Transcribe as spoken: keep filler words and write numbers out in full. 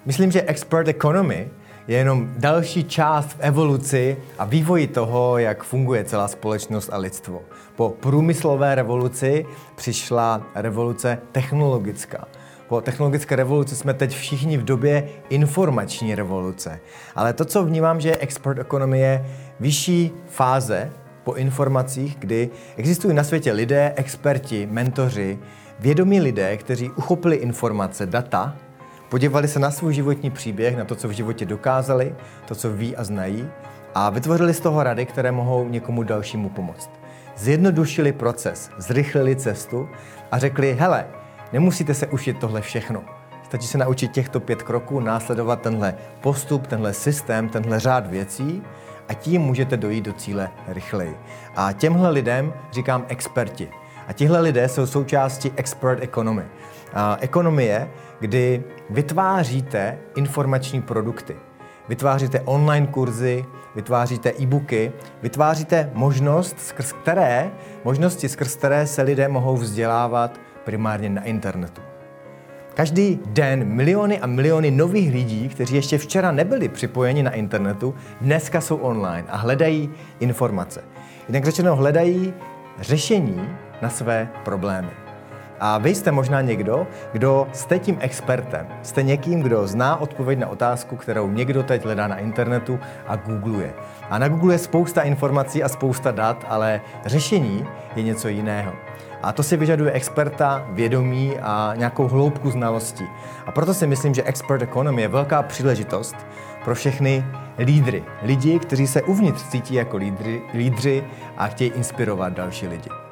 Myslím, že expert economy je jenom další část v evoluci a vývoji toho, jak funguje celá společnost a lidstvo. Po průmyslové revoluci přišla revoluce technologická. Po technologické revoluci jsme teď všichni v době informační revoluce. Ale to, co vnímám, že je expert economy, je vyšší fáze po informacích, kdy existují na světě lidé, experti, mentoři, vědomí lidé, kteří uchopili informace, data, podívali se na svůj životní příběh, na to, co v životě dokázali, to, co ví a znají, a vytvořili z toho rady, které mohou někomu dalšímu pomoct. Zjednodušili proces, zrychlili cestu a řekli, hele, nemusíte se učit tohle všechno. Stačí se naučit těchto pět kroků, následovat tenhle postup, tenhle systém, tenhle řád věcí a tím můžete dojít do cíle rychleji. A těmhle lidem říkám experti. A tihle lidé jsou součástí expert economy. A ekonomie, kdy vytváříte informační produkty. Vytváříte online kurzy, vytváříte e-booky, vytváříte možnost, skrz které, možnosti, skrz které se lidé mohou vzdělávat primárně na internetu. Každý den miliony a miliony nových lidí, kteří ještě včera nebyli připojeni na internetu, dneska jsou online a hledají informace. Jinak řečeno, hledají řešení na své problémy. A vy jste možná někdo, kdo jste tím expertem. Jste někým, kdo zná odpověď na otázku, kterou někdo teď hledá na internetu a googluje. A na Google je spousta informací a spousta dat, ale řešení je něco jiného. A to si vyžaduje experta, vědomí a nějakou hloubku znalostí. A proto si myslím, že expert economy je velká příležitost pro všechny lídry. Lidi, kteří se uvnitř cítí jako lídry, lídři a chtějí inspirovat další lidi.